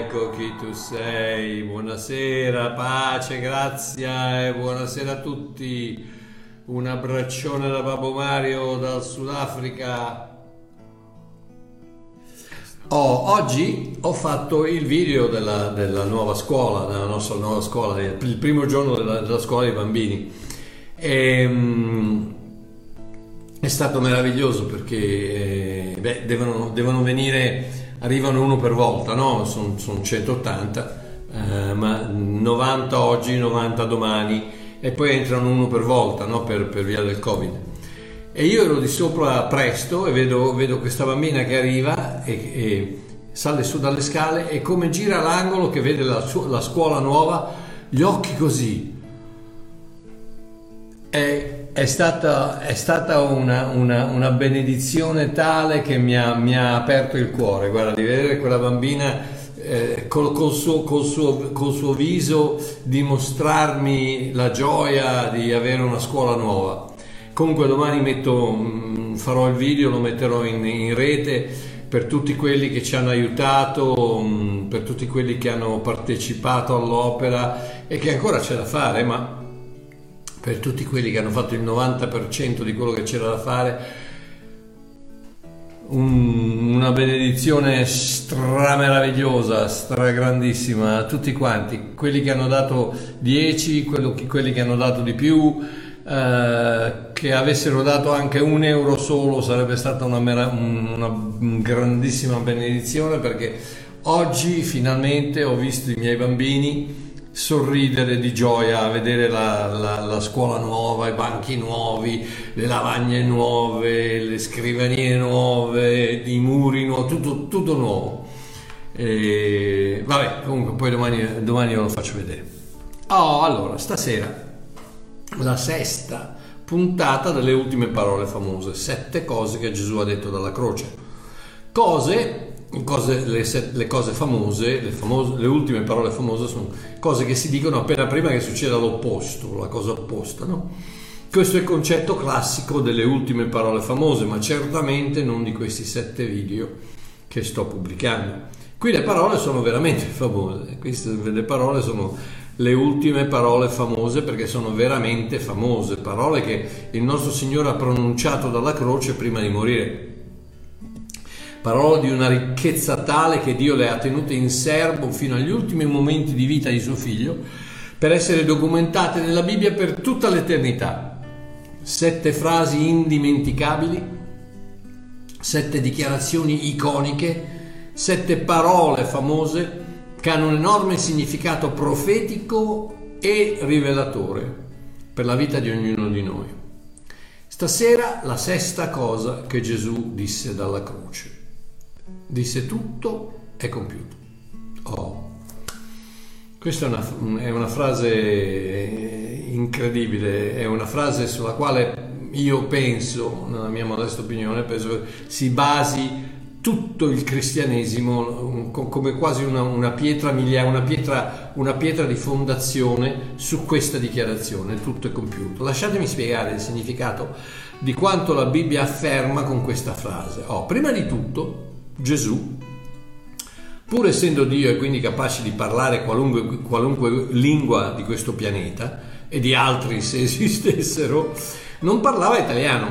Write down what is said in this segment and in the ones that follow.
ecco chi tu sei. Buonasera, pace, grazia e buonasera a tutti. Un abbraccione da Babbo Mario dal Sudafrica. Oggi ho fatto il video della nuova scuola, della nostra nuova scuola, il primo giorno della scuola dei bambini. È stato meraviglioso perché devono venire, arrivano uno per volta, no? Sono 180, ma 90 oggi, 90 domani, e poi entrano uno per volta, no? Per via del Covid. E io ero di sopra presto e vedo questa bambina che arriva e sale su dalle scale, e come gira l'angolo che vede la scuola nuova, gli occhi così. È stata una benedizione tale che mi ha aperto il cuore, guarda, di vedere quella bambina col suo viso dimostrarmi la gioia di avere una scuola nuova. Comunque domani farò il video, lo metterò in rete per tutti quelli che ci hanno aiutato, per tutti quelli che hanno partecipato all'opera e che ancora c'è da fare, ma per tutti quelli che hanno fatto il 90% di quello che c'era da fare. Una benedizione strameravigliosa, stragrandissima a tutti quanti, quelli che hanno dato 10, quelli che hanno dato di più. Che avessero dato anche €1 solo sarebbe stata una grandissima benedizione, perché oggi finalmente ho visto i miei bambini sorridere di gioia a vedere la scuola nuova, i banchi nuovi, le lavagne nuove, le scrivanie nuove, i muri nuovi, tutto nuovo. E vabbè, comunque poi domani ve lo faccio vedere. Allora, stasera la sesta puntata delle ultime parole famose, 7 cose che Gesù ha detto dalla croce. Le cose famose, le ultime parole famose sono cose che si dicono appena prima che succeda l'opposto, la cosa opposta, no? Questo è il concetto classico delle ultime parole famose, ma certamente non di questi 7 video che sto pubblicando. Qui le parole sono veramente famose, le parole sono le ultime parole famose perché sono veramente famose, parole che il nostro Signore ha pronunciato dalla croce prima di morire. Parole di una ricchezza tale che Dio le ha tenute in serbo fino agli ultimi momenti di vita di suo figlio, per essere documentate nella Bibbia per tutta l'eternità. 7 frasi indimenticabili, 7 dichiarazioni iconiche, 7 parole famose che hanno un enorme significato profetico e rivelatore per la vita di ognuno di noi. Stasera la sesta cosa che Gesù disse dalla croce. Disse: tutto è compiuto. Questa è una frase incredibile, è una frase sulla quale io penso, nella mia modesta opinione, penso che si basi tutto il cristianesimo come quasi una pietra di fondazione su questa dichiarazione: tutto è compiuto. Lasciatemi spiegare il significato di quanto la Bibbia afferma con questa frase. Prima di tutto, Gesù, pur essendo Dio e quindi capace di parlare qualunque lingua di questo pianeta e di altri se esistessero, non parlava italiano.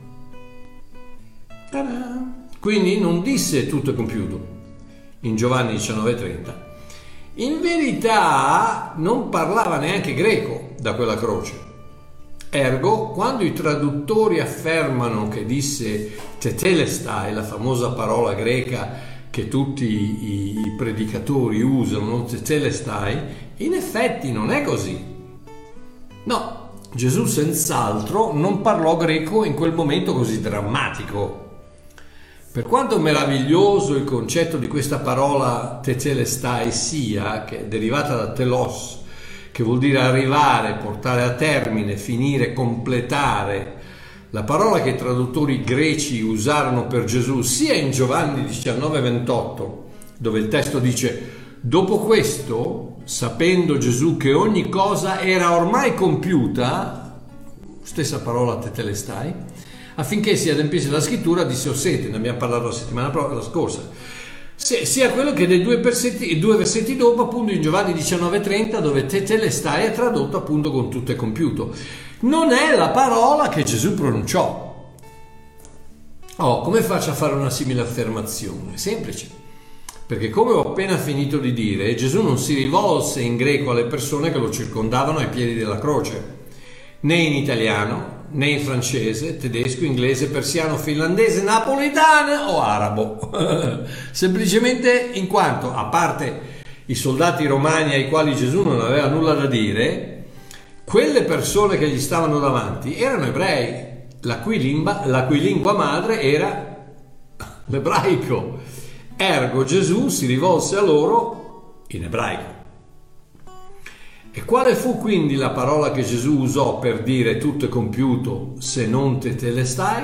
Ta-da! Quindi non disse tutto è compiuto in Giovanni 19,30. In verità non parlava neanche greco da quella croce. Ergo, quando i traduttori affermano che disse tetelestai, la famosa parola greca che tutti i predicatori usano, tetelestai, in effetti non è così. No, Gesù senz'altro non parlò greco in quel momento così drammatico. Per quanto meraviglioso il concetto di questa parola tetelestai sia, che è derivata da telos, che vuol dire arrivare, portare a termine, finire, completare, la parola che i traduttori greci usarono per Gesù sia in Giovanni 19,28, dove il testo dice: dopo questo, sapendo Gesù che ogni cosa era ormai compiuta, stessa parola tetelestai, affinché si adempisse la scrittura, disse ho sete, ne abbiamo parlato la settimana scorsa, sia quello che dei due versetti dopo, appunto in Giovanni 19,30, dove tetelestai è tradotto appunto con tutto è compiuto. Non è la parola che Gesù pronunciò. Come faccio a fare una simile affermazione? Semplice, perché come ho appena finito di dire, Gesù non si rivolse in greco alle persone che lo circondavano ai piedi della croce, né in italiano, né in francese, tedesco, inglese, persiano, finlandese, napoletano o arabo. Semplicemente in quanto, a parte i soldati romani ai quali Gesù non aveva nulla da dire, quelle persone che gli stavano davanti erano ebrei, la cui lingua madre era l'ebraico. Ergo Gesù si rivolse a loro in ebraico. E quale fu quindi la parola che Gesù usò per dire tutto è compiuto, se non tetelestai?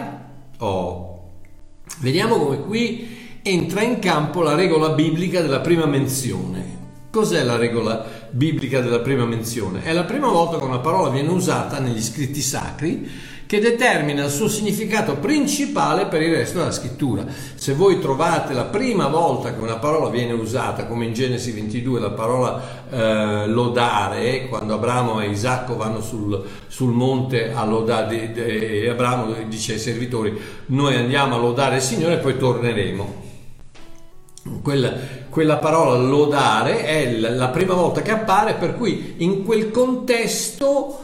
Vediamo come qui entra in campo la regola biblica della prima menzione. Cos'è la regola biblica della prima menzione? È la prima volta che una parola viene usata negli scritti sacri, che determina il suo significato principale per il resto della scrittura. Se voi trovate la prima volta che una parola viene usata, come in Genesi 22, la parola lodare, quando Abramo e Isacco vanno sul monte a lodare, e Abramo dice ai servitori: noi andiamo a lodare il Signore e poi torneremo. Quella parola lodare è la prima volta che appare, per cui in quel contesto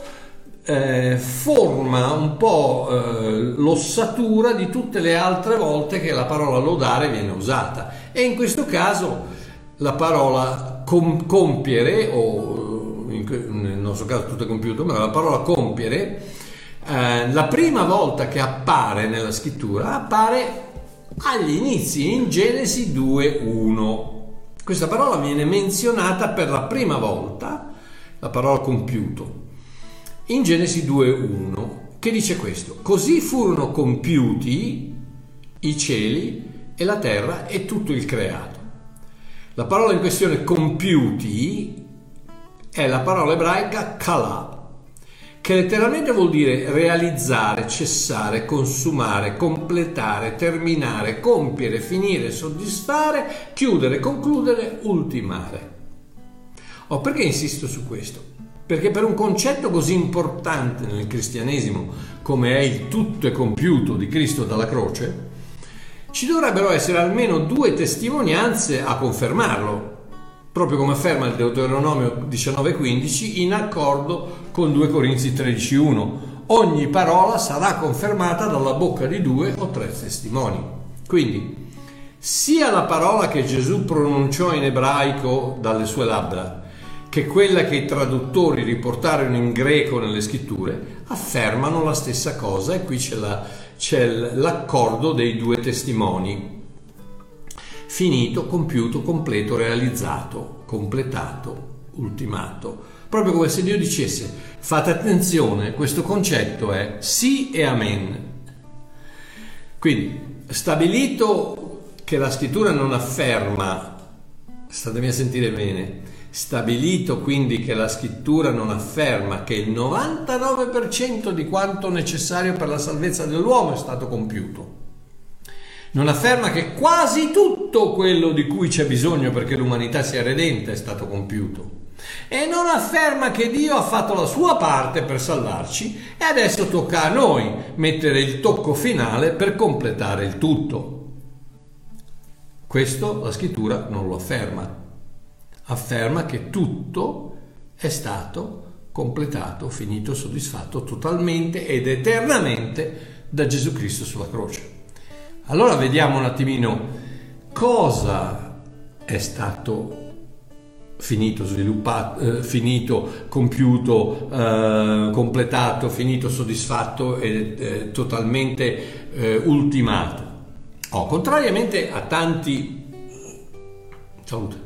forma un po' l'ossatura di tutte le altre volte che la parola lodare viene usata, e in questo caso la parola compiere, o nel nostro caso tutto è compiuto, ma la parola compiere la prima volta che appare nella scrittura appare agli inizi, in Genesi 2:1. Questa parola viene menzionata per la prima volta, la parola compiuto, in Genesi 2:1, che dice questo: così furono compiuti i cieli e la terra e tutto il creato. La parola in questione compiuti è la parola ebraica kala, che letteralmente vuol dire realizzare, cessare, consumare, completare, terminare, compiere, finire, soddisfare, chiudere, concludere, ultimare. Perché insisto su questo? Perché per un concetto così importante nel cristianesimo come è il tutto è compiuto di Cristo dalla croce, ci dovrebbero essere almeno 2 testimonianze a confermarlo, proprio come afferma il Deuteronomio 19:15, in accordo con 2 Corinzi 13:1. Ogni parola sarà confermata dalla bocca di 2 o 3 testimoni. Quindi sia la parola che Gesù pronunciò in ebraico dalle sue labbra che quella che i traduttori riportarono in greco nelle scritture affermano la stessa cosa, e qui c'è l'accordo dei 2 testimoni: finito, compiuto, completo, realizzato, completato, ultimato. Proprio come se Dio dicesse: fate attenzione, questo concetto è sì e amen. Quindi, stabilito che la scrittura non afferma, statemi a sentire bene, stabilito quindi che la scrittura non afferma che il 99% di quanto necessario per la salvezza dell'uomo è stato compiuto, non afferma che quasi tutto quello di cui c'è bisogno perché l'umanità sia redenta è stato compiuto, e non afferma che Dio ha fatto la sua parte per salvarci e adesso tocca a noi mettere il tocco finale per completare il tutto. Questo la scrittura non lo afferma. Afferma che tutto è stato completato, finito, soddisfatto totalmente ed eternamente da Gesù Cristo sulla croce. Allora vediamo un attimino cosa è stato finito, sviluppato, finito, compiuto, completato, finito, soddisfatto e totalmente ultimato. Contrariamente a tanti... Salute.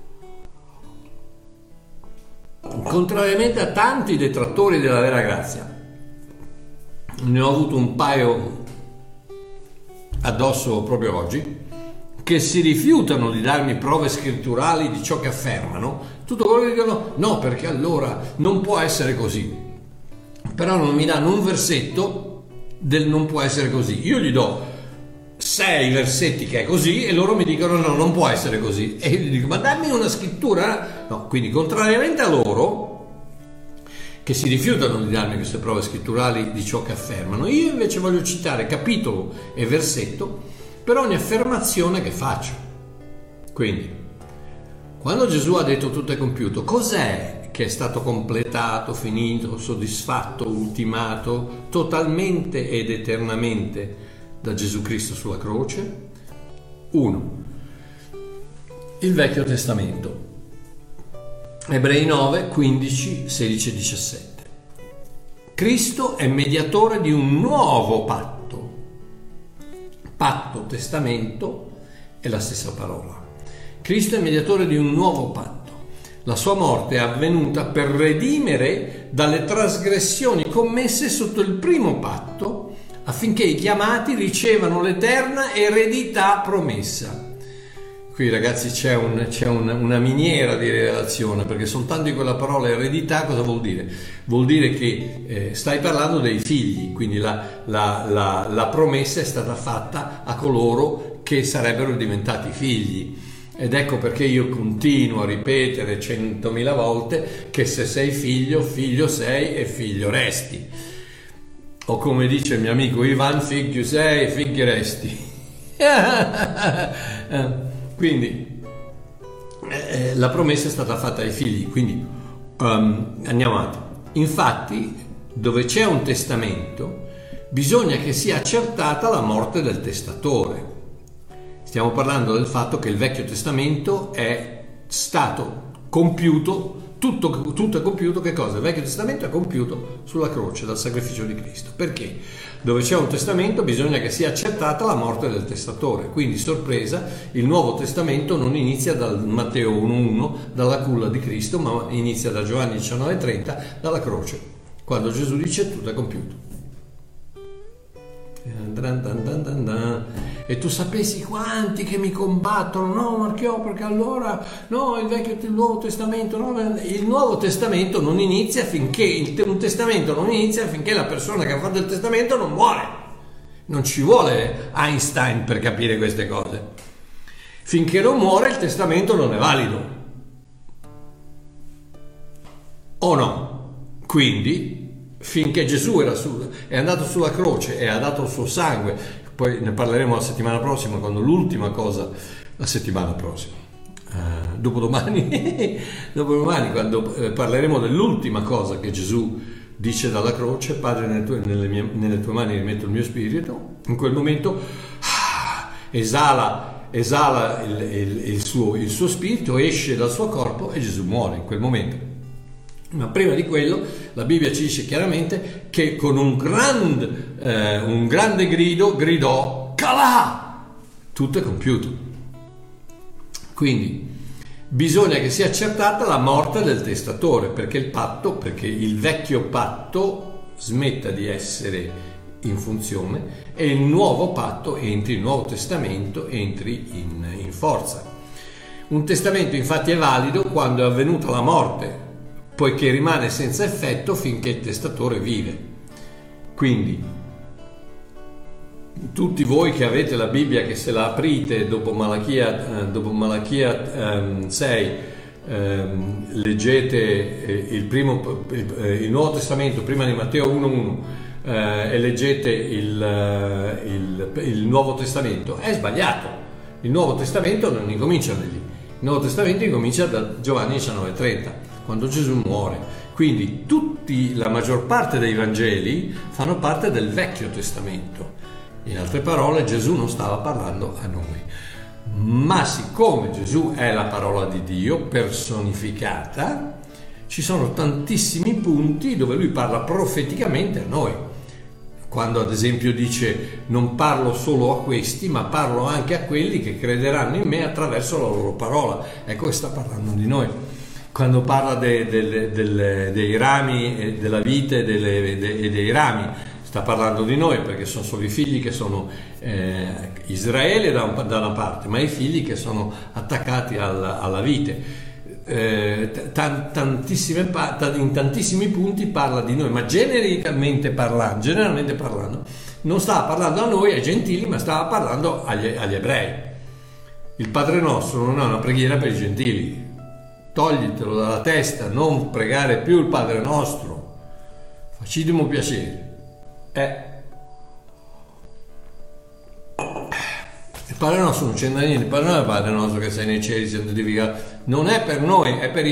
Contrariamente a tanti detrattori della vera grazia, ne ho avuto un paio addosso proprio oggi, che si rifiutano di darmi prove scritturali di ciò che affermano. Tutto quello che dicono: no, perché allora non può essere così. Però non mi danno un versetto del non può essere così. Io gli do 6 versetti che è così e loro mi dicono no, non può essere così. E io gli dico ma dammi una scrittura. No, quindi contrariamente a loro che si rifiutano di darmi queste prove scritturali di ciò che affermano, io invece voglio citare capitolo e versetto per ogni affermazione che faccio. Quindi quando Gesù ha detto tutto è compiuto, cos'è che è stato completato, finito, soddisfatto, ultimato totalmente ed eternamente da Gesù Cristo sulla croce? 1. Il Vecchio Testamento. Ebrei 9, 15, 16 e 17. Cristo è mediatore di un nuovo patto. Patto, testamento è la stessa parola. Cristo è mediatore di un nuovo patto. La sua morte è avvenuta per redimere dalle trasgressioni commesse sotto il primo patto, affinché i chiamati ricevano l'eterna eredità promessa. Qui ragazzi c'è una miniera di relazione, perché soltanto in quella parola eredità cosa vuol dire? Vuol dire che stai parlando dei figli, quindi la promessa è stata fatta a coloro che sarebbero diventati figli. Ed ecco perché io continuo a ripetere 100.000 volte che se sei figlio, figlio sei e figlio resti. O come dice il mio amico Ivan, figlio sei e figlio resti. Quindi la promessa è stata fatta ai figli, quindi andiamo avanti. Infatti, dove c'è un testamento, bisogna che sia accertata la morte del testatore. Stiamo parlando del fatto che il Vecchio Testamento è stato compiuto, tutto è compiuto, che cosa? Il Vecchio Testamento è compiuto sulla croce, dal sacrificio di Cristo. Perché? Dove c'è un testamento bisogna che sia accertata la morte del testatore. Quindi, sorpresa, il Nuovo Testamento non inizia dal Matteo 1,1, dalla culla di Cristo, ma inizia da Giovanni 19,30, dalla croce, quando Gesù dice tutto è compiuto. E tu sapessi quanti che mi combattono, no Marchiò, perché allora no, il Nuovo Testamento, no, il Nuovo Testamento non inizia finché un testamento non inizia finché la persona che ha fatto il testamento non muore. Non ci vuole Einstein per capire queste cose. Finché non muore il testamento non è valido, o no? Quindi finché Gesù è andato sulla croce e ha dato il suo sangue, poi ne parleremo la settimana prossima, quando l'ultima cosa, la settimana prossima, dopodomani, quando parleremo dell'ultima cosa che Gesù dice dalla croce: Padre, nelle tue mani rimetto il mio spirito. In quel momento esala il suo spirito, esce dal suo corpo e Gesù muore in quel momento. Ma prima di quello la Bibbia ci dice chiaramente che con un grande grido gridò Calà! Tutto è compiuto. Quindi bisogna che sia accertata la morte del testatore, perché il vecchio patto smetta di essere in funzione e il nuovo patto entri, il Nuovo Testamento entri in forza. Un testamento infatti è valido quando è avvenuta la morte, poiché rimane senza effetto finché il testatore vive. Quindi tutti voi che avete la Bibbia, che se la aprite dopo Malachia 6, leggete il Nuovo Testamento prima di Matteo 1,1 e leggete il Nuovo Testamento, è sbagliato. Il Nuovo Testamento non incomincia da lì, il Nuovo Testamento incomincia da Giovanni 19,30, quando Gesù muore. Quindi la maggior parte dei Vangeli fanno parte del Vecchio Testamento. In altre parole, Gesù non stava parlando a noi. Ma siccome Gesù è la parola di Dio personificata, ci sono tantissimi punti dove lui parla profeticamente a noi. Quando ad esempio dice: non parlo solo a questi, ma parlo anche a quelli che crederanno in me attraverso la loro parola. Ecco che sta parlando di noi. Quando parla dei rami e della vite e dei rami, sta parlando di noi, perché sono solo i figli che sono Israele da una parte, ma i figli che sono attaccati alla vite. In tantissimi punti parla di noi, ma generalmente parlando non stava parlando a noi, ai gentili, ma stava parlando agli ebrei. Il Padre Nostro non è una preghiera per i gentili. Toglitelo dalla testa, non pregare più il Padre Nostro. Facitemi piacere. Il Padre Nostro non c'entra niente. Il Padre Nostro che sei nei cieli, santificato. Non è per noi, è per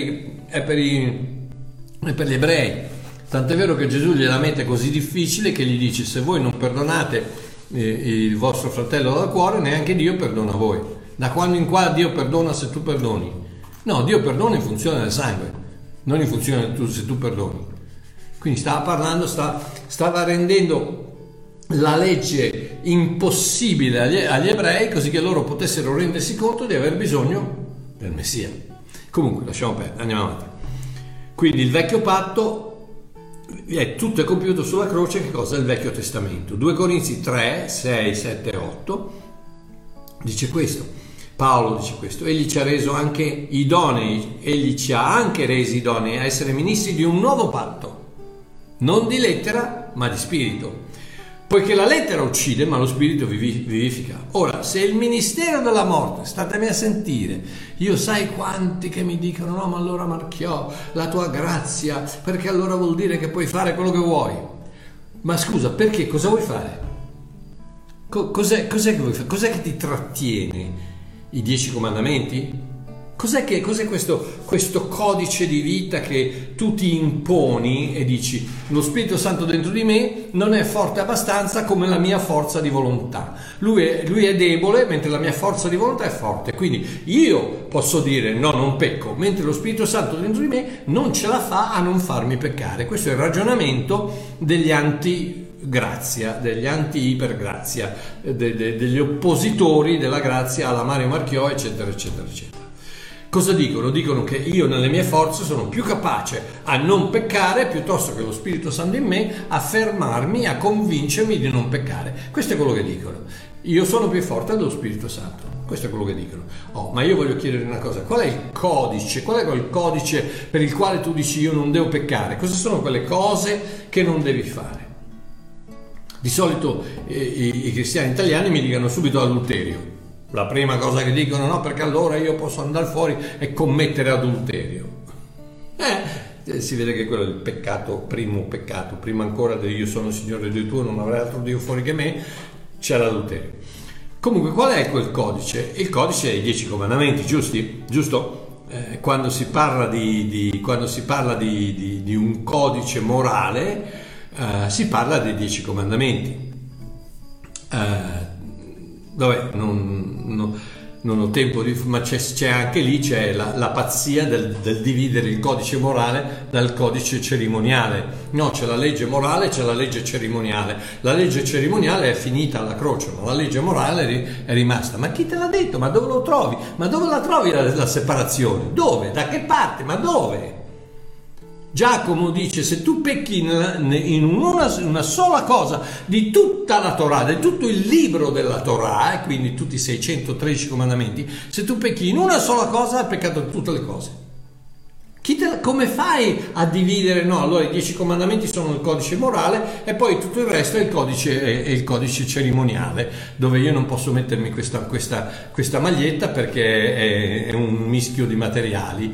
gli ebrei. Tant'è vero che Gesù gliela mette così difficile che gli dice: se voi non perdonate il vostro fratello dal cuore, neanche Dio perdona voi. Da quando in qua Dio perdona se tu perdoni? No, Dio perdona in funzione del sangue, non in funzione se tu perdoni. Quindi stava rendendo la legge impossibile agli ebrei, così che loro potessero rendersi conto di aver bisogno del Messia. Comunque, lasciamo perdere, andiamo avanti. Quindi il vecchio patto tutto è compiuto sulla croce. Che cosa è il Vecchio Testamento? 2 Corinzi 3, 6, 7, 8 dice questo. Paolo dice questo: egli ci ha reso anche idonei, egli ci ha anche resi idonei a essere ministri di un nuovo patto, non di lettera ma di spirito, poiché la lettera uccide ma lo spirito vivifica. Ora, se il ministero della morte, statemi a sentire, io sai quanti che mi dicono: no, ma allora Marchiò, la tua grazia, perché allora vuol dire che puoi fare quello che vuoi. Ma scusa, perché? Cosa vuoi fare? Cos'è che vuoi fare? Cos'è che ti trattiene? I 10 comandamenti? Cos'è questo codice di vita che tu ti imponi e dici: lo Spirito Santo dentro di me non è forte abbastanza come la mia forza di volontà, lui è debole mentre la mia forza di volontà è forte, quindi io posso dire no, non pecco, mentre lo Spirito Santo dentro di me non ce la fa a non farmi peccare. Questo è il ragionamento degli anti-grazia, degli anti-ipergrazia, degli oppositori della grazia alla Mario Marchiò, eccetera eccetera eccetera. Cosa dicono? Dicono che io nelle mie forze sono più capace a non peccare piuttosto che lo Spirito Santo in me a fermarmi, a convincermi di non peccare. Questo è quello che dicono. Io sono più forte dello Spirito Santo. Questo è quello che dicono. Ma io voglio chiedere una cosa: qual è il codice? Qual è quel codice per il quale tu dici io non devo peccare? Cosa sono quelle cose che non devi fare? Di solito i cristiani italiani mi dicono subito adulterio. La prima cosa che dicono: no, perché allora io posso andare fuori e commettere adulterio. Si vede che quello è il peccato, prima ancora di io sono il Signore Dio tuo, non avrai altro Dio fuori che me, c'è l'adulterio. Comunque, qual è quel codice? Il codice è i 10 comandamenti, giusto? Quando si parla di un codice morale, si parla dei 10 comandamenti. Vabbè, non ho tempo ma c'è anche lì c'è la pazzia del dividere il codice morale dal codice cerimoniale. No, c'è la legge morale, c'è la legge cerimoniale. La legge cerimoniale è finita alla croce, ma la legge morale è rimasta. Ma chi te l'ha detto? Ma dove lo trovi? Ma dove la trovi la separazione? Dove? Da che parte? Ma dove? Giacomo dice: se tu pecchi in una sola cosa di tutta la Torah, di tutto il libro della Torah, quindi tutti i 613 comandamenti, se tu pecchi in una sola cosa, hai peccato in tutte le cose. Come fai a dividere? No, allora i 10 comandamenti sono il codice morale e poi tutto il resto è il codice cerimoniale, dove io non posso mettermi questa maglietta perché è un mischio di materiali,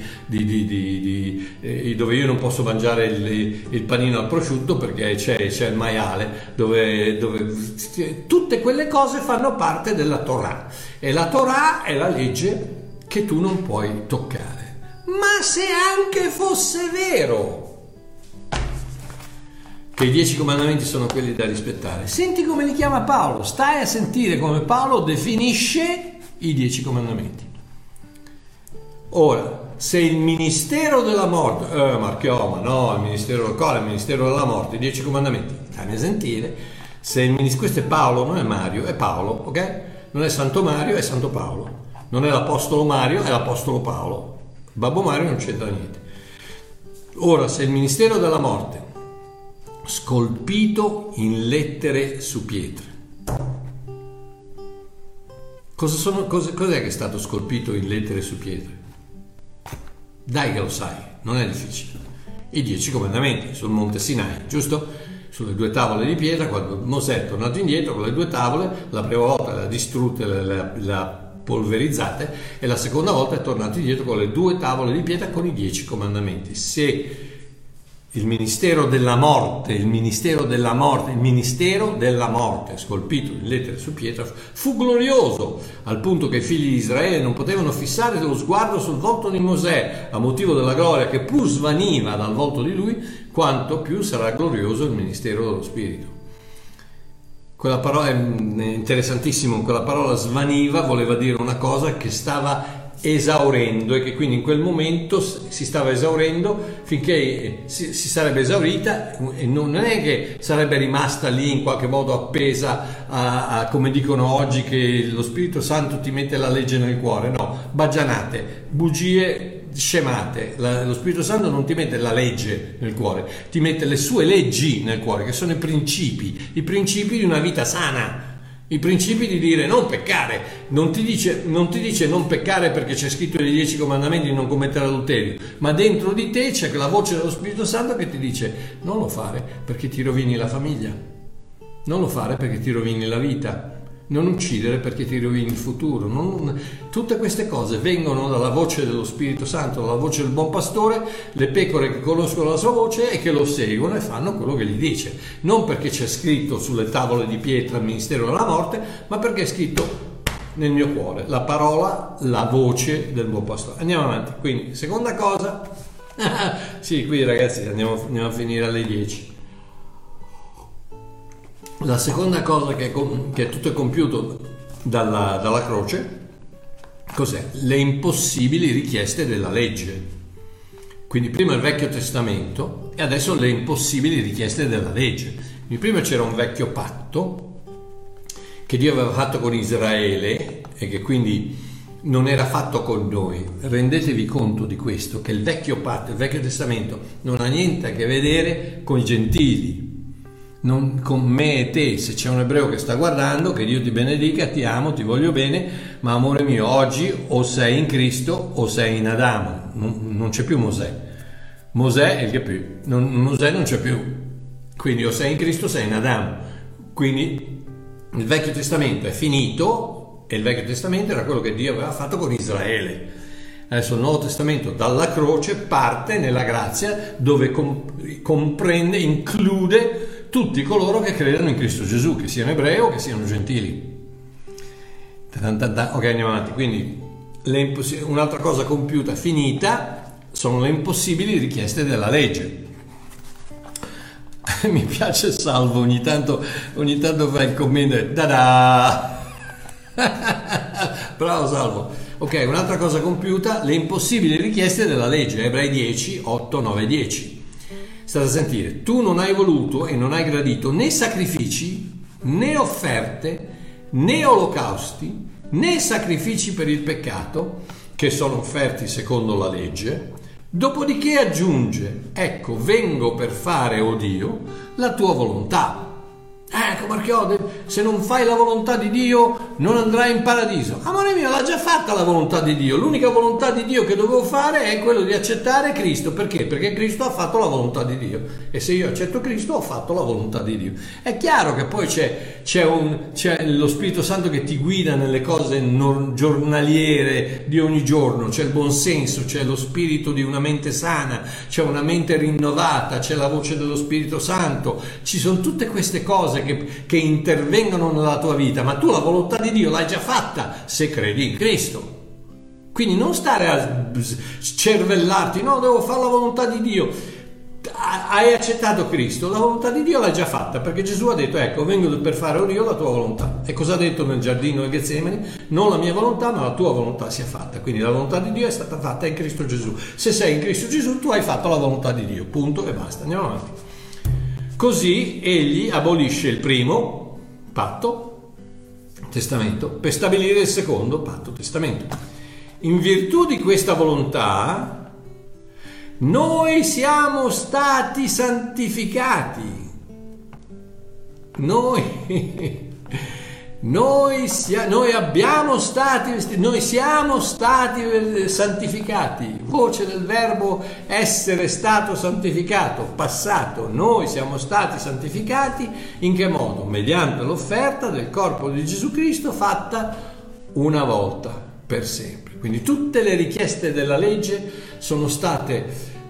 dove io non posso mangiare il panino al prosciutto perché c'è il maiale, dove tutte quelle cose fanno parte della Torah, e la Torah è la legge che tu non puoi toccare. Ma se anche fosse vero che i 10 comandamenti sono quelli da rispettare, senti come li chiama Paolo, stai a sentire come Paolo definisce i 10 comandamenti. Ora, se il ministero della morte, Marchiò, ma no, il ministero del quale? Il ministero della morte, i 10 comandamenti, stai a sentire, questo è Paolo, non è Mario, è Paolo, ok? Non è Santo Mario, è Santo Paolo, non è l'Apostolo Mario, è l'Apostolo Paolo. Babbo Mario non c'entra niente. Ora, se il ministero della morte scolpito in lettere su pietre, cos'è che è stato scolpito in lettere su pietre? Dai che lo sai, non è difficile. I 10 comandamenti sul monte Sinai, giusto? sulle 2 tavole di pietra, quando Mosè è tornato indietro con le 2 tavole, la prima volta le ha distrutte, le ha polverizzate, e la seconda volta è tornato indietro con le 2 tavole di pietra con i 10 comandamenti. Se il ministero della morte, scolpito in lettere su pietra, fu glorioso, al punto che i figli di Israele non potevano fissare lo sguardo sul volto di Mosè, a motivo della gloria che pur svaniva dal volto di lui, quanto più sarà glorioso il ministero dello Spirito. Quella parola è interessantissimo, quella parola svaniva voleva dire una cosa che stava esaurendo, e che quindi in quel momento si stava esaurendo finché si sarebbe esaurita, e non è che sarebbe rimasta lì in qualche modo appesa a come dicono oggi, che lo Spirito Santo ti mette la legge nel cuore. No, baggianate, bugie, scemate. Lo Spirito Santo non ti mette la legge nel cuore, ti mette le sue leggi nel cuore, che sono i principi di una vita sana. I principi di dire non peccare. Non ti dice non peccare perché c'è scritto nei 10 comandamenti di non commettere adulterio, ma dentro di te c'è la voce dello Spirito Santo che ti dice non lo fare perché ti rovini la famiglia, non lo fare perché ti rovini la vita, non uccidere perché ti rovini il futuro. Tutte queste cose vengono dalla voce dello Spirito Santo, dalla voce del buon pastore, le pecore che conoscono la sua voce e che lo seguono e fanno quello che gli dice, non perché c'è scritto sulle tavole di pietra il ministero della morte, ma perché è scritto nel mio cuore la parola, la voce del buon pastore. Andiamo avanti. Quindi, seconda cosa, sì, qui ragazzi andiamo a finire alle 10. La seconda cosa che tutto è compiuto dalla croce, cos'è? Le impossibili richieste della legge. Quindi prima il Vecchio Testamento e adesso le impossibili richieste della legge. Quindi prima c'era un vecchio patto che Dio aveva fatto con Israele e che quindi non era fatto con noi. Rendetevi conto di questo, che il vecchio patto, il Vecchio Testamento non ha niente a che vedere con i gentili, non con me e te. Se c'è un ebreo che sta guardando, che Dio ti benedica, ti amo, ti voglio bene, ma amore mio, oggi o sei in Cristo o sei in Adamo. Non c'è più Mosè. Mosè è il che più. Mosè non c'è più. Quindi o sei in Cristo o sei in Adamo. Quindi il Vecchio Testamento è finito, e il Vecchio Testamento era quello che Dio aveva fatto con Israele. Adesso il Nuovo Testamento dalla croce parte nella grazia, dove comprende, include tutti coloro che credono in Cristo Gesù, che siano ebrei o che siano gentili. Ok, andiamo avanti. Quindi un'altra cosa compiuta, finita, sono le impossibili richieste della legge. Mi piace Salvo, ogni tanto fa il commento, da bravo Salvo. Ok, un'altra cosa compiuta, le impossibili richieste della legge. Ebrei 10, 8, 9, 10. State a sentire: tu non hai voluto e non hai gradito né sacrifici, né offerte, né olocausti, né sacrifici per il peccato, che sono offerti secondo la legge. Dopodiché aggiunge: ecco, vengo per fare, o Dio, la tua volontà. Ecco perché se non fai la volontà di Dio non andrai in paradiso. Amore mio, l'ha già fatta la volontà di Dio. L'unica volontà di Dio che dovevo fare è quello di accettare Cristo. Perché? Perché Cristo ha fatto la volontà di Dio, e se io accetto Cristo ho fatto la volontà di Dio. È chiaro che poi c'è lo Spirito Santo che ti guida nelle cose giornaliere di ogni giorno, c'è il buon senso, c'è lo spirito di una mente sana, c'è una mente rinnovata, c'è la voce dello Spirito Santo, ci sono tutte queste cose che intervengono nella tua vita, ma tu la volontà di Dio l'hai già fatta se credi in Cristo. Quindi non stare a cervellarti, no, devo fare la volontà di Dio. Hai accettato Cristo, la volontà di Dio l'hai già fatta, perché Gesù ha detto: ecco, vengo per fare o io la tua volontà. E cosa ha detto nel giardino di Getsemani? Non la mia volontà, ma la tua volontà sia fatta. Quindi la volontà di Dio è stata fatta in Cristo Gesù. Se sei in Cristo Gesù, tu hai fatto la volontà di Dio, punto e basta. Andiamo avanti. Così egli abolisce il primo patto, testamento, per stabilire il secondo patto, testamento. In virtù di questa volontà noi siamo stati santificati. Noi noi siamo stati santificati, voce del verbo essere stato santificato, passato. Noi siamo stati santificati in che modo? Mediante l'offerta del corpo di Gesù Cristo fatta una volta per sempre. Quindi tutte le richieste della legge sono state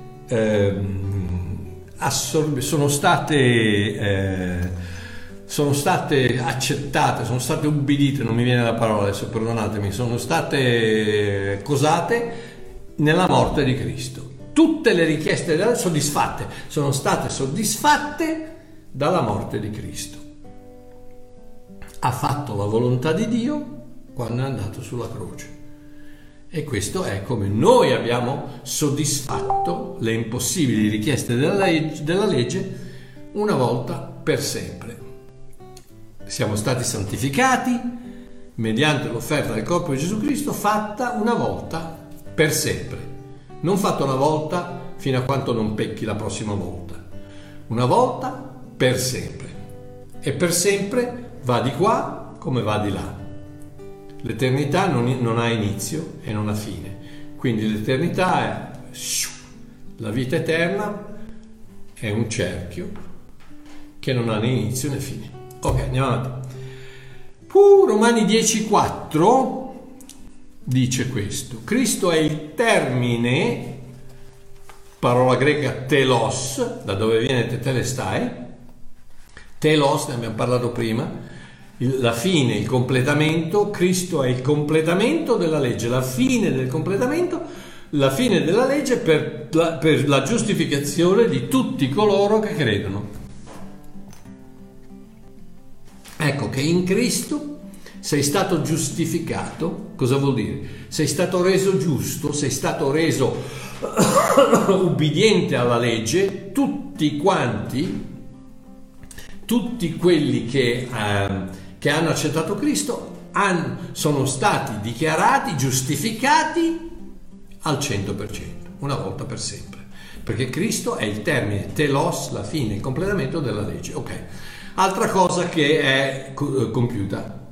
accettate, sono state ubbidite, non mi viene la parola adesso, perdonatemi, sono state cosate nella morte di Cristo. Tutte le richieste sono state soddisfatte dalla morte di Cristo. Ha fatto la volontà di Dio quando è andato sulla croce. E questo è come noi abbiamo soddisfatto le impossibili richieste della legge una volta per sempre. Siamo stati santificati mediante l'offerta del corpo di Gesù Cristo fatta una volta per sempre. Non fatta una volta fino a quanto non pecchi la prossima volta. Una volta per sempre. E per sempre va di qua come va di là. L'eternità non ha inizio e non ha fine. Quindi l'eternità è la vita eterna, è un cerchio che non ha né inizio né fine. Ok, andiamo avanti. Romani 10,4 dice questo: Cristo è il termine, parola greca telos, da dove viene tetelestai. Telos, ne abbiamo parlato prima, la fine, il completamento. Cristo è il completamento della legge, la fine del completamento, la fine della legge per la giustificazione di tutti coloro che credono. Ecco che in Cristo sei stato giustificato. Cosa vuol dire? Sei stato reso giusto, sei stato reso ubbidiente alla legge. Tutti quelli che hanno accettato Cristo sono stati dichiarati giustificati al 100%, una volta per sempre, perché Cristo è il termine, telos, la fine, il completamento della legge. Ok. Altra cosa che è compiuta,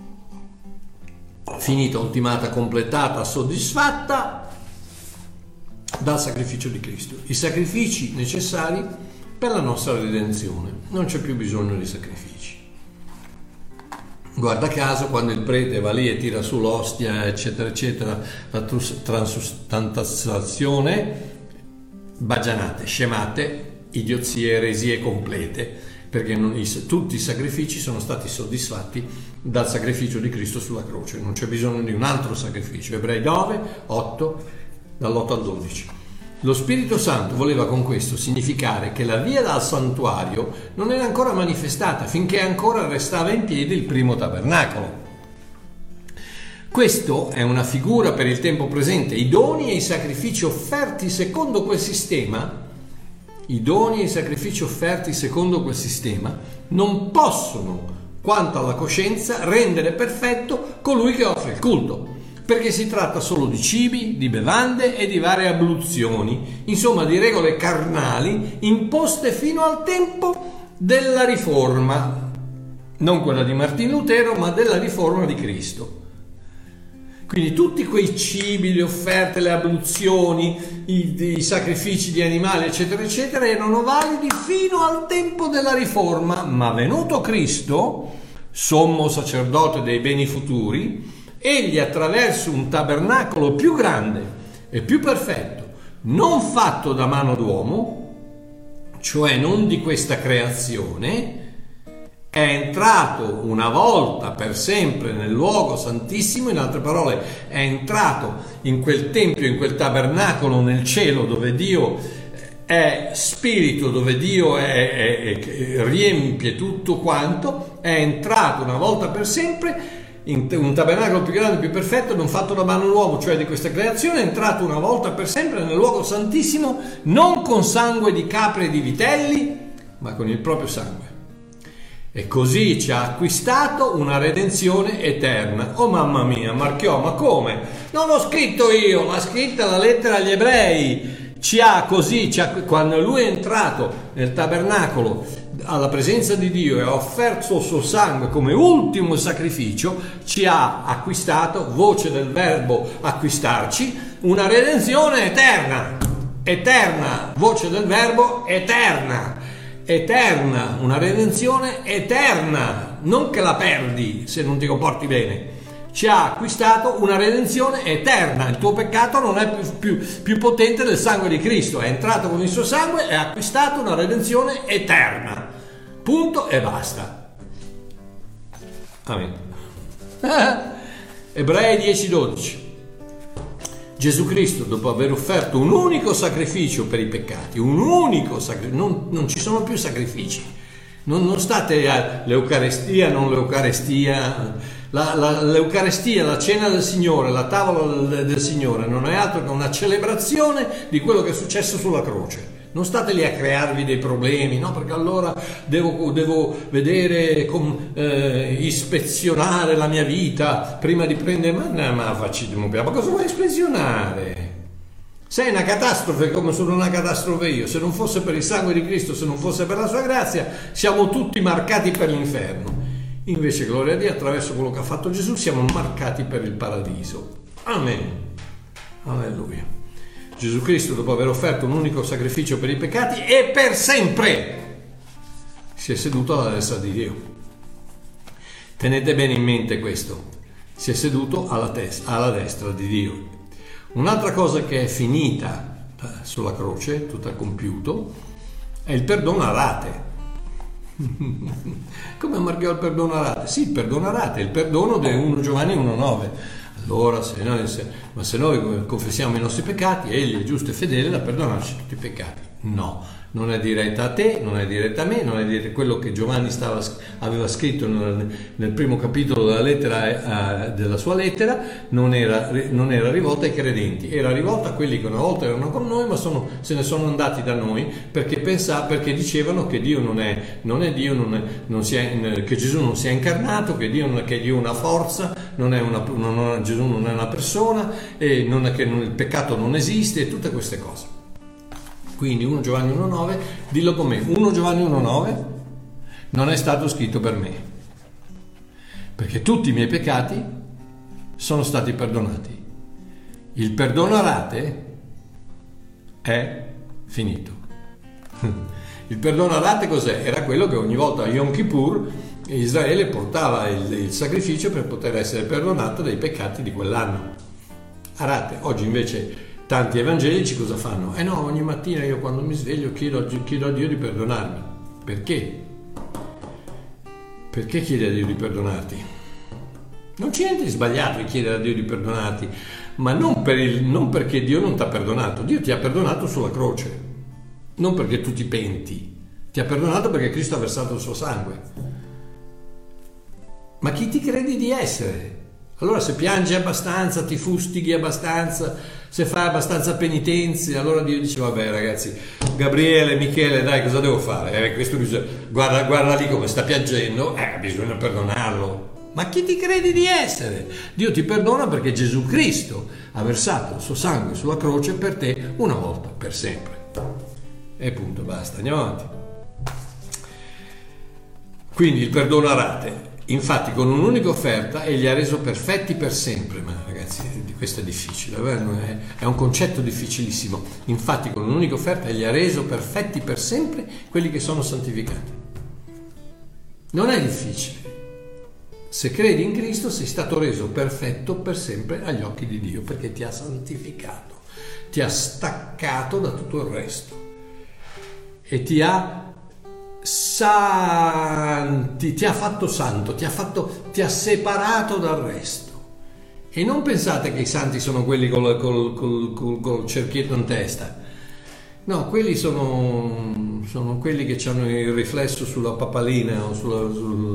finita, ultimata, completata, soddisfatta dal sacrificio di Cristo. I sacrifici necessari per la nostra redenzione. Non c'è più bisogno di sacrifici. Guarda caso, quando il prete va lì e tira su l'ostia, eccetera, eccetera, la transustanziazione, baggianate, scemate, idiozie, eresie complete, perché tutti i sacrifici sono stati soddisfatti dal sacrificio di Cristo sulla croce. Non c'è bisogno di un altro sacrificio. Ebrei 9, 8, dall'8 al 12. Lo Spirito Santo voleva con questo significare che la via dal santuario non era ancora manifestata finché ancora restava in piedi il primo tabernacolo. Questo è una figura per il tempo presente. I doni e i sacrifici offerti secondo quel sistema non possono, quanto alla coscienza, rendere perfetto colui che offre il culto, perché si tratta solo di cibi, di bevande e di varie abluzioni, insomma di regole carnali imposte fino al tempo della Riforma, non quella di Martin Lutero, ma della Riforma di Cristo. Quindi tutti quei cibi, le offerte, le abluzioni, i sacrifici di animali, eccetera, eccetera, erano validi fino al tempo della Riforma, ma venuto Cristo, sommo sacerdote dei beni futuri, egli attraverso un tabernacolo più grande e più perfetto, non fatto da mano d'uomo, cioè non di questa creazione, è entrato una volta per sempre nel luogo santissimo. In altre parole, è entrato in quel tempio, in quel tabernacolo nel cielo, dove Dio è spirito, dove Dio riempie tutto quanto. È entrato una volta per sempre in un tabernacolo più grande, più perfetto, non fatto da mano d'uomo, cioè di questa creazione. È entrato una volta per sempre nel luogo santissimo, non con sangue di capre e di vitelli, ma con il proprio sangue. E così ci ha acquistato una redenzione eterna. Oh mamma mia, Marchiò, ma come? Non l'ho scritto io, l'ha scritta la lettera agli ebrei. Quando lui è entrato nel tabernacolo alla presenza di Dio e ha offerto il suo sangue come ultimo sacrificio, ci ha acquistato, voce del verbo acquistarci, una redenzione eterna, voce del verbo eterna, una redenzione eterna, non che la perdi se non ti comporti bene. Ci ha acquistato una redenzione eterna. Il tuo peccato non è più potente del sangue di Cristo, è entrato con il suo sangue e ha acquistato una redenzione eterna. Punto e basta. Amen. Ebrei 10:12. Gesù Cristo, dopo aver offerto un unico sacrificio per i peccati, non ci sono più sacrifici, non state all'Eucarestia, non l'Eucarestia. L'Eucarestia, la cena del Signore, la tavola del Signore non è altro che una celebrazione di quello che è successo sulla croce. Non state lì a crearvi dei problemi, no? Perché allora devo vedere, ispezionare la mia vita prima di prendere. Ma cosa vuoi ispezionare? Sei una catastrofe come sono una catastrofe io. Se non fosse per il sangue di Cristo, se non fosse per la sua grazia, siamo tutti marcati per l'inferno. Invece, gloria a Dio, attraverso quello che ha fatto Gesù siamo marcati per il paradiso. Amen. Alleluia. Gesù Cristo, dopo aver offerto un unico sacrificio per i peccati e per sempre, si è seduto alla destra di Dio. Tenete bene in mente questo. Si è seduto alla destra di Dio. Un'altra cosa che è finita sulla croce, tutto compiuto, è il perdono a rate. Come marchiò il perdono a rate? Sì, il perdono a rate, il perdono di 1 Giovanni 1,9. Allora, se noi confessiamo i nostri peccati, Egli è giusto e fedele da perdonarci tutti i peccati. No, non è diretta a te, non è diretta a me, non è diretta quello che Giovanni aveva scritto nel primo capitolo della lettera, della sua lettera, non era rivolta ai credenti, era rivolta a quelli che una volta erano con noi ma se ne sono andati da noi perché dicevano che Dio non è Dio, che Gesù non si è incarnato, che Dio è una forza, Gesù non è una persona, e che il peccato non esiste, e tutte queste cose. Quindi 1 Giovanni 1,9, dillo con me, 1 Giovanni 1,9 non è stato scritto per me, perché tutti i miei peccati sono stati perdonati. Il perdono a rate è finito. Il perdono a rate cos'è? Era quello che ogni volta a Yom Kippur Israele portava il sacrificio per poter essere perdonato dai peccati di quell'anno. A rate. Oggi invece tanti evangelici cosa fanno? No, ogni mattina io quando mi sveglio chiedo a Dio di perdonarmi. Perché? Perché chiedi a Dio di perdonarti? Non c'è niente di sbagliato di chiedere a Dio di perdonarti, ma non perché Dio non ti ha perdonato. Dio ti ha perdonato sulla croce, non perché tu ti penti. Ti ha perdonato perché Cristo ha versato il suo sangue. Ma chi ti credi di essere? Allora se piangi abbastanza, ti fustighi abbastanza, se fai abbastanza penitenze, allora Dio dice vabbè ragazzi, Gabriele, Michele, dai, cosa devo fare? Questo guarda lì come sta piangendo, bisogna perdonarlo. Ma chi ti credi di essere? Dio ti perdona perché Gesù Cristo ha versato il suo sangue sulla croce per te una volta per sempre. E punto, basta, andiamo avanti. Quindi il perdono a rate. Infatti con un'unica offerta egli ha reso perfetti per sempre. Ma ragazzi, questo è difficile, è un concetto difficilissimo. Infatti con un'unica offerta egli ha reso perfetti per sempre quelli che sono santificati. Non è difficile. Se credi in Cristo sei stato reso perfetto per sempre agli occhi di Dio, perché ti ha santificato, ti ha staccato da tutto il resto e ti ha fatto santo, ti ha separato dal resto. E non pensate che i santi sono quelli col cerchietto in testa. No, quelli sono quelli che hanno il riflesso sulla papalina o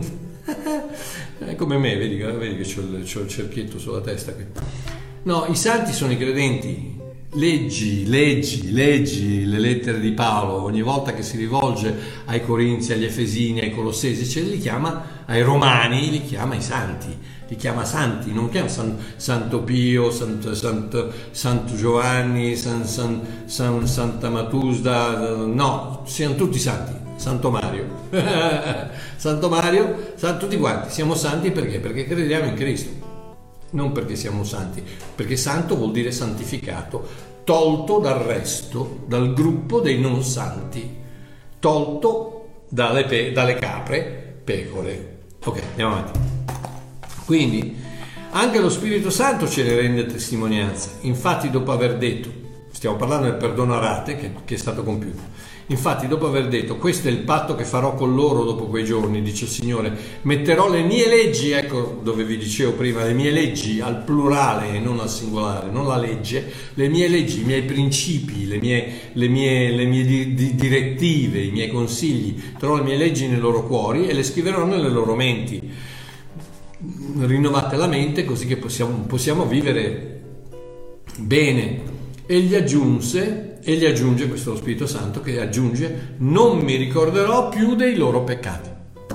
come me, vedi che c'ho il cerchietto sulla testa qui. No, i santi sono i credenti. Leggi le lettere di Paolo, ogni volta che si rivolge ai Corinzi, agli Efesini, ai Colossesi, li chiama, ai Romani, li chiama i santi, li chiama santi, non chiama Santo Pio, Santo Giovanni, Santa Matusda, no, siano tutti santi. Santo Mario. Santo Mario, tutti quanti siamo santi perché? Perché crediamo in Cristo, non perché siamo santi, perché santo vuol dire santificato, tolto dal resto, dal gruppo dei non santi, tolto dalle capre, pecore. Ok, andiamo avanti. Quindi anche lo Spirito Santo ce ne rende testimonianza. Infatti, dopo aver detto, stiamo parlando del perdono a rate che è stato compiuto. Infatti, dopo aver detto, questo è il patto che farò con loro dopo quei giorni, dice il Signore, metterò le mie leggi, ecco dove vi dicevo prima, le mie leggi al plurale e non al singolare, non la legge, le mie leggi, i miei principi, le mie direttive, i miei consigli, trovo le mie leggi nei loro cuori e le scriverò nelle loro menti. Rinnovate la mente così che possiamo vivere bene. E gli aggiunge, questo è lo Spirito Santo che aggiunge, non mi ricorderò più dei loro peccati.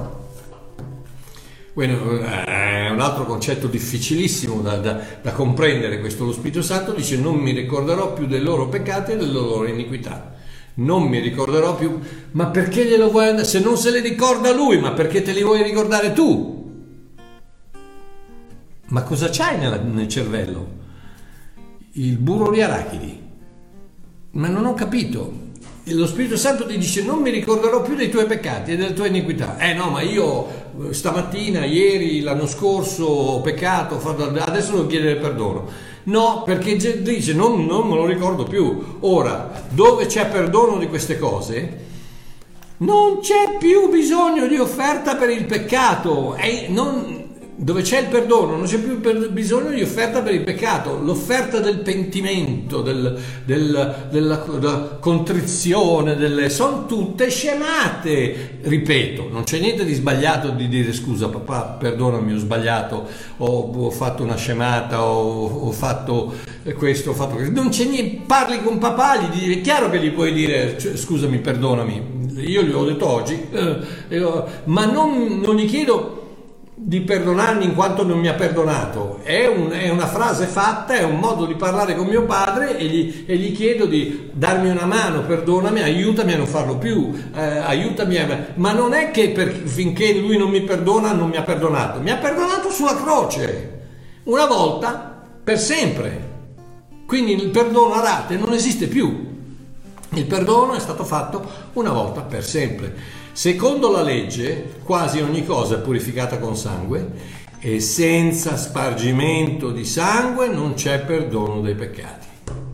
Bueno, è un altro concetto difficilissimo da comprendere, questo lo Spirito Santo dice non mi ricorderò più dei loro peccati e delle loro iniquità. Non mi ricorderò più, ma perché glielo vuoi andare? Se non se li ricorda lui, ma perché te li vuoi ricordare tu? Ma cosa c'hai nel cervello? Il burro di arachidi? Ma non ho capito. Lo Spirito Santo ti dice non mi ricorderò più dei tuoi peccati e delle tue iniquità. No, ma io stamattina, ieri, l'anno scorso ho peccato, adesso devo chiedere perdono. No, perché dice non me lo ricordo più. Ora, dove c'è perdono di queste cose, non c'è più bisogno di offerta per il peccato. Dove c'è il perdono non c'è più bisogno di offerta per il peccato. L'offerta del pentimento, della contrizione, sono tutte scemate. Ripeto, non c'è niente di sbagliato di dire scusa papà, perdonami, ho sbagliato, ho fatto una scemata, ho fatto questo, ho fatto questo. Non c'è niente, parli con papà, è chiaro che gli puoi dire scusami, perdonami, io gli ho detto oggi, ma non gli chiedo di perdonarmi in quanto non mi ha perdonato. È una frase fatta, è un modo di parlare con mio padre e gli chiedo di darmi una mano, perdonami, aiutami a non farlo più, ma non è che finché lui non mi perdona non mi ha perdonato sulla croce, una volta per sempre. Quindi il perdono a rate non esiste più, il perdono è stato fatto una volta per sempre. Secondo la legge, quasi ogni cosa è purificata con sangue e senza spargimento di sangue non c'è perdono dei peccati.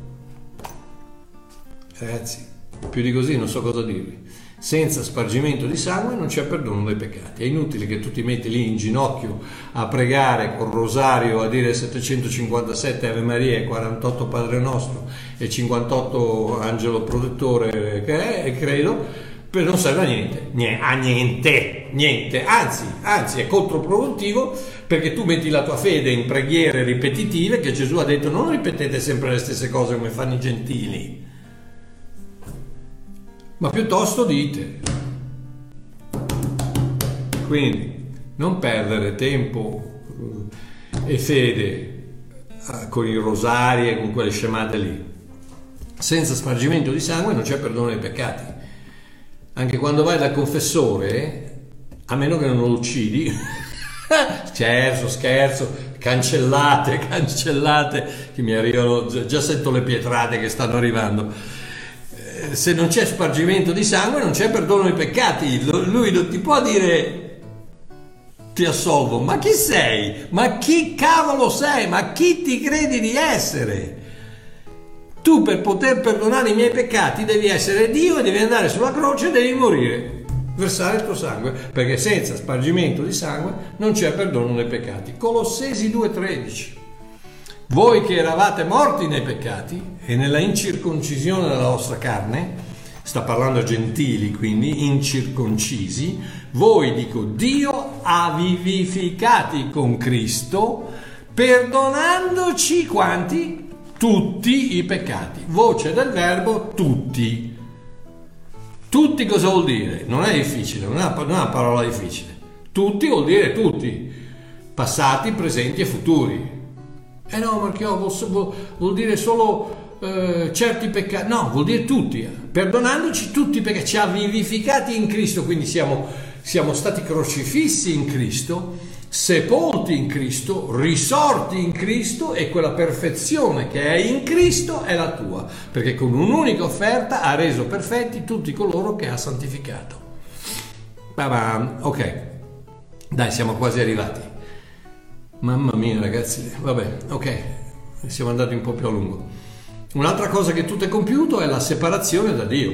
Ragazzi, più di così non so cosa dirvi. Senza spargimento di sangue non c'è perdono dei peccati. È inutile che tu ti metti lì in ginocchio a pregare col rosario, a dire 757 Ave Maria, 48 Padre Nostro e 58 Angelo Protettore che è, e credo, non serve a niente, anzi è controproduttivo, perché tu metti la tua fede in preghiere ripetitive che Gesù ha detto non ripetete sempre le stesse cose come fanno i gentili, ma piuttosto dite. Quindi non perdere tempo e fede con i rosari e con quelle scemate lì. Senza spargimento di sangue non c'è perdono dei peccati. Anche quando vai dal confessore, a meno che non lo uccidi, scherzo, cancellate, che mi arrivano, già sento le pietrate che stanno arrivando. Se non c'è spargimento di sangue non c'è perdono dei peccati. Lui non ti può dire ti assolvo, ma chi sei? Ma chi cavolo sei? Ma chi ti credi di essere? Tu per poter perdonare i miei peccati devi essere Dio e devi andare sulla croce e devi morire, versare il tuo sangue, perché senza spargimento di sangue non c'è perdono dei peccati. Colossesi 2,13. Voi che eravate morti nei peccati e nella incirconcisione della vostra carne, sta parlando a gentili, quindi incirconcisi, voi, dico, Dio ha vivificati con Cristo, perdonandoci quanti? Tutti i peccati. Voce del verbo tutti. Tutti cosa vuol dire? Non è difficile, non è una parola difficile. Tutti vuol dire tutti, passati, presenti e futuri. No, perché vuol dire solo certi peccati, no, vuol dire tutti, perdonandoci tutti perché ci ha vivificati in Cristo, quindi siamo stati crocifissi in Cristo, sepolti in Cristo, risorti in Cristo, e quella perfezione che è in Cristo è la tua, perché con un'unica offerta ha reso perfetti tutti coloro che ha santificato. Ok, dai, siamo quasi arrivati. Mamma mia ragazzi, vabbè, ok, siamo andati un po' più a lungo. Un'altra cosa che tutto è compiuto è la separazione da Dio.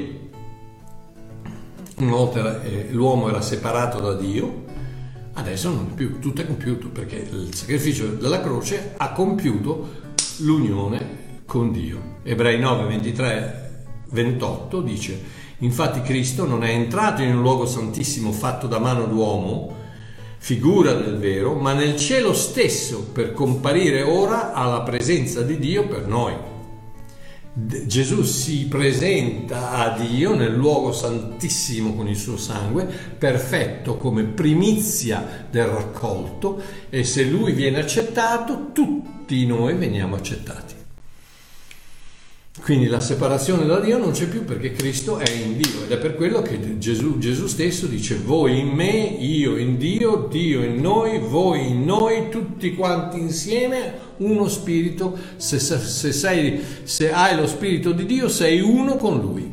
Una volta l'uomo era separato da Dio, adesso non è più, tutto è compiuto, perché il sacrificio della croce ha compiuto l'unione con Dio. Ebrei 9, 23, 28 dice: infatti Cristo non è entrato in un luogo santissimo fatto da mano d'uomo, figura del vero, ma nel cielo stesso, per comparire ora alla presenza di Dio per noi. Gesù si presenta a Dio nel luogo santissimo con il suo sangue, perfetto come primizia del raccolto, e se lui viene accettato, tutti noi veniamo accettati. Quindi la separazione da Dio non c'è più, perché Cristo è in Dio, ed è per quello che Gesù stesso dice: voi in me, io in Dio, Dio in noi, voi in noi, tutti quanti insieme, uno spirito. Se hai lo spirito di Dio, sei uno con Lui.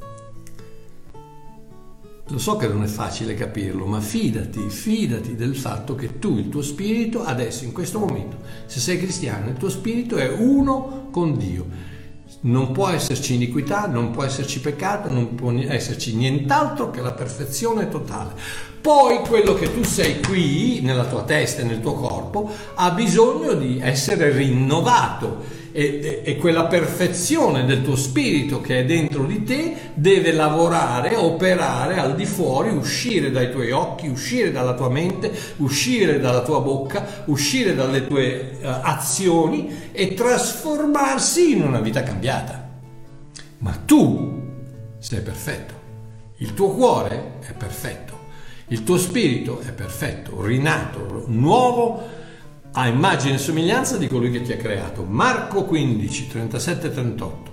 Lo so che non è facile capirlo, ma fidati del fatto che tu, il tuo spirito, adesso, in questo momento, se sei cristiano, il tuo spirito è uno con Dio. Non può esserci iniquità, non può esserci peccato, non può esserci nient'altro che la perfezione totale. Poi quello che tu sei qui, nella tua testa e nel tuo corpo, ha bisogno di essere rinnovato, e quella perfezione del tuo spirito che è dentro di te deve lavorare, operare al di fuori, uscire dai tuoi occhi, uscire dalla tua mente, uscire dalla tua bocca, uscire dalle tue azioni e trasformarsi in una vita cambiata. Ma tu sei perfetto, il tuo cuore è perfetto, il tuo spirito è perfetto, rinato, nuovo, a immagine e somiglianza di colui che ti ha creato. Marco 15, 37 e 38.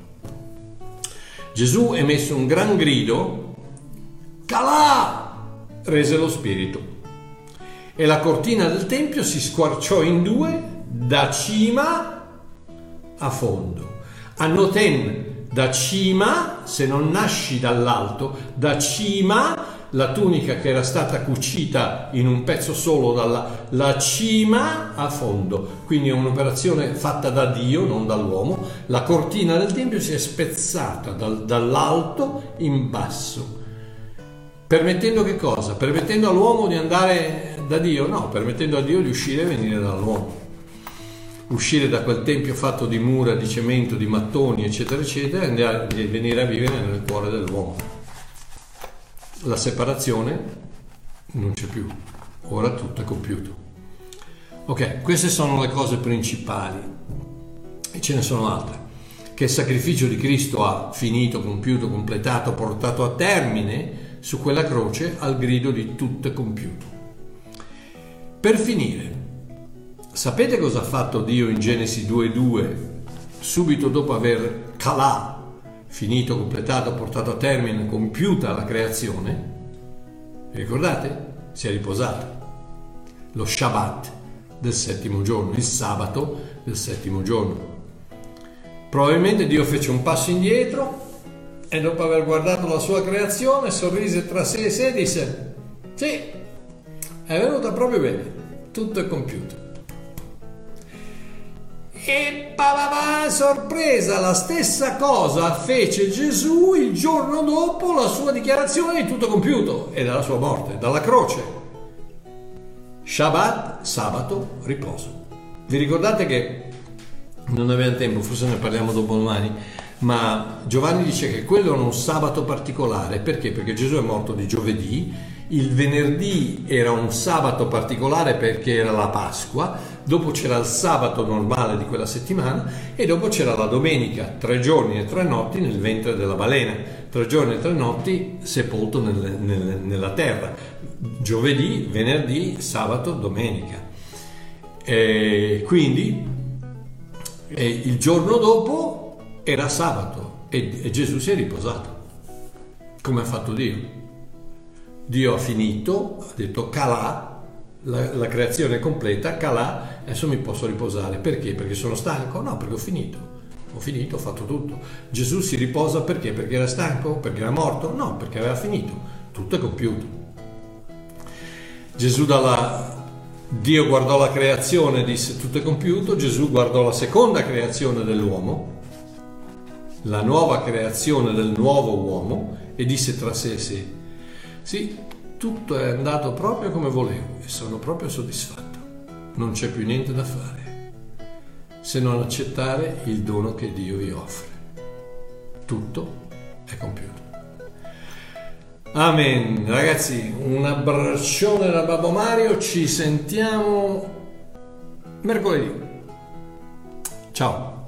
Gesù emesso un gran grido, calà, rese lo spirito, e la cortina del tempio si squarciò in due da cima a fondo. Annoten, da cima, se non nasci dall'alto, da cima, la tunica che era stata cucita in un pezzo solo dalla cima a fondo, quindi è un'operazione fatta da Dio, non dall'uomo. La cortina del tempio si è spezzata dall'alto in basso, permettendo che cosa? Permettendo all'uomo di andare da Dio? No, permettendo a Dio di uscire e venire dall'uomo, uscire da quel tempio fatto di mura, di cemento, di mattoni, eccetera eccetera, e venire a vivere nel cuore dell'uomo. La separazione non c'è più, ora tutto è compiuto. Ok, queste sono le cose principali, e ce ne sono altre, che il sacrificio di Cristo ha finito, compiuto, completato, portato a termine su quella croce al grido di tutto è compiuto. Per finire, sapete cosa ha fatto Dio in Genesi 2:2, subito dopo aver calà, finito, completato, portato a termine, compiuta la creazione? Vi ricordate? Si è riposato. Lo Shabbat del settimo giorno, il sabato del settimo giorno. Probabilmente Dio fece un passo indietro e dopo aver guardato la sua creazione sorrise tra sé e sé e disse: sì, è venuta proprio bene, tutto è compiuto. E sorpresa, la stessa cosa fece Gesù il giorno dopo la sua dichiarazione di tutto compiuto e dalla sua morte, dalla croce. Shabbat, sabato, riposo. Vi ricordate che non abbiamo tempo, forse ne parliamo dopodomani, ma Giovanni dice che quello era un sabato particolare. Perché? Perché Gesù è morto di giovedì, il venerdì era un sabato particolare perché era la Pasqua, dopo c'era il sabato normale di quella settimana e dopo c'era la domenica, 3 giorni e 3 notti nel ventre della balena, 3 giorni e 3 notti sepolto nella terra, giovedì, venerdì, sabato, domenica. E quindi il giorno dopo era sabato e Gesù si è riposato, come ha fatto Dio. Dio ha finito, ha detto calà, la creazione è completa, calà, adesso mi posso riposare. Perché? Perché sono stanco? No, perché ho finito, ho fatto tutto. Gesù si riposa perché? Perché era stanco? Perché era morto? No, perché aveva finito, tutto è compiuto. Dio guardò la creazione e disse tutto è compiuto. Gesù guardò la seconda creazione dell'uomo, la nuova creazione del nuovo uomo, e disse tra sé e sé: sì, tutto è andato proprio come volevo e sono proprio soddisfatto. Non c'è più niente da fare se non accettare il dono che Dio vi offre. Tutto è compiuto. Amen. Ragazzi, un abbraccione da Babbo Mario, ci sentiamo mercoledì. Ciao.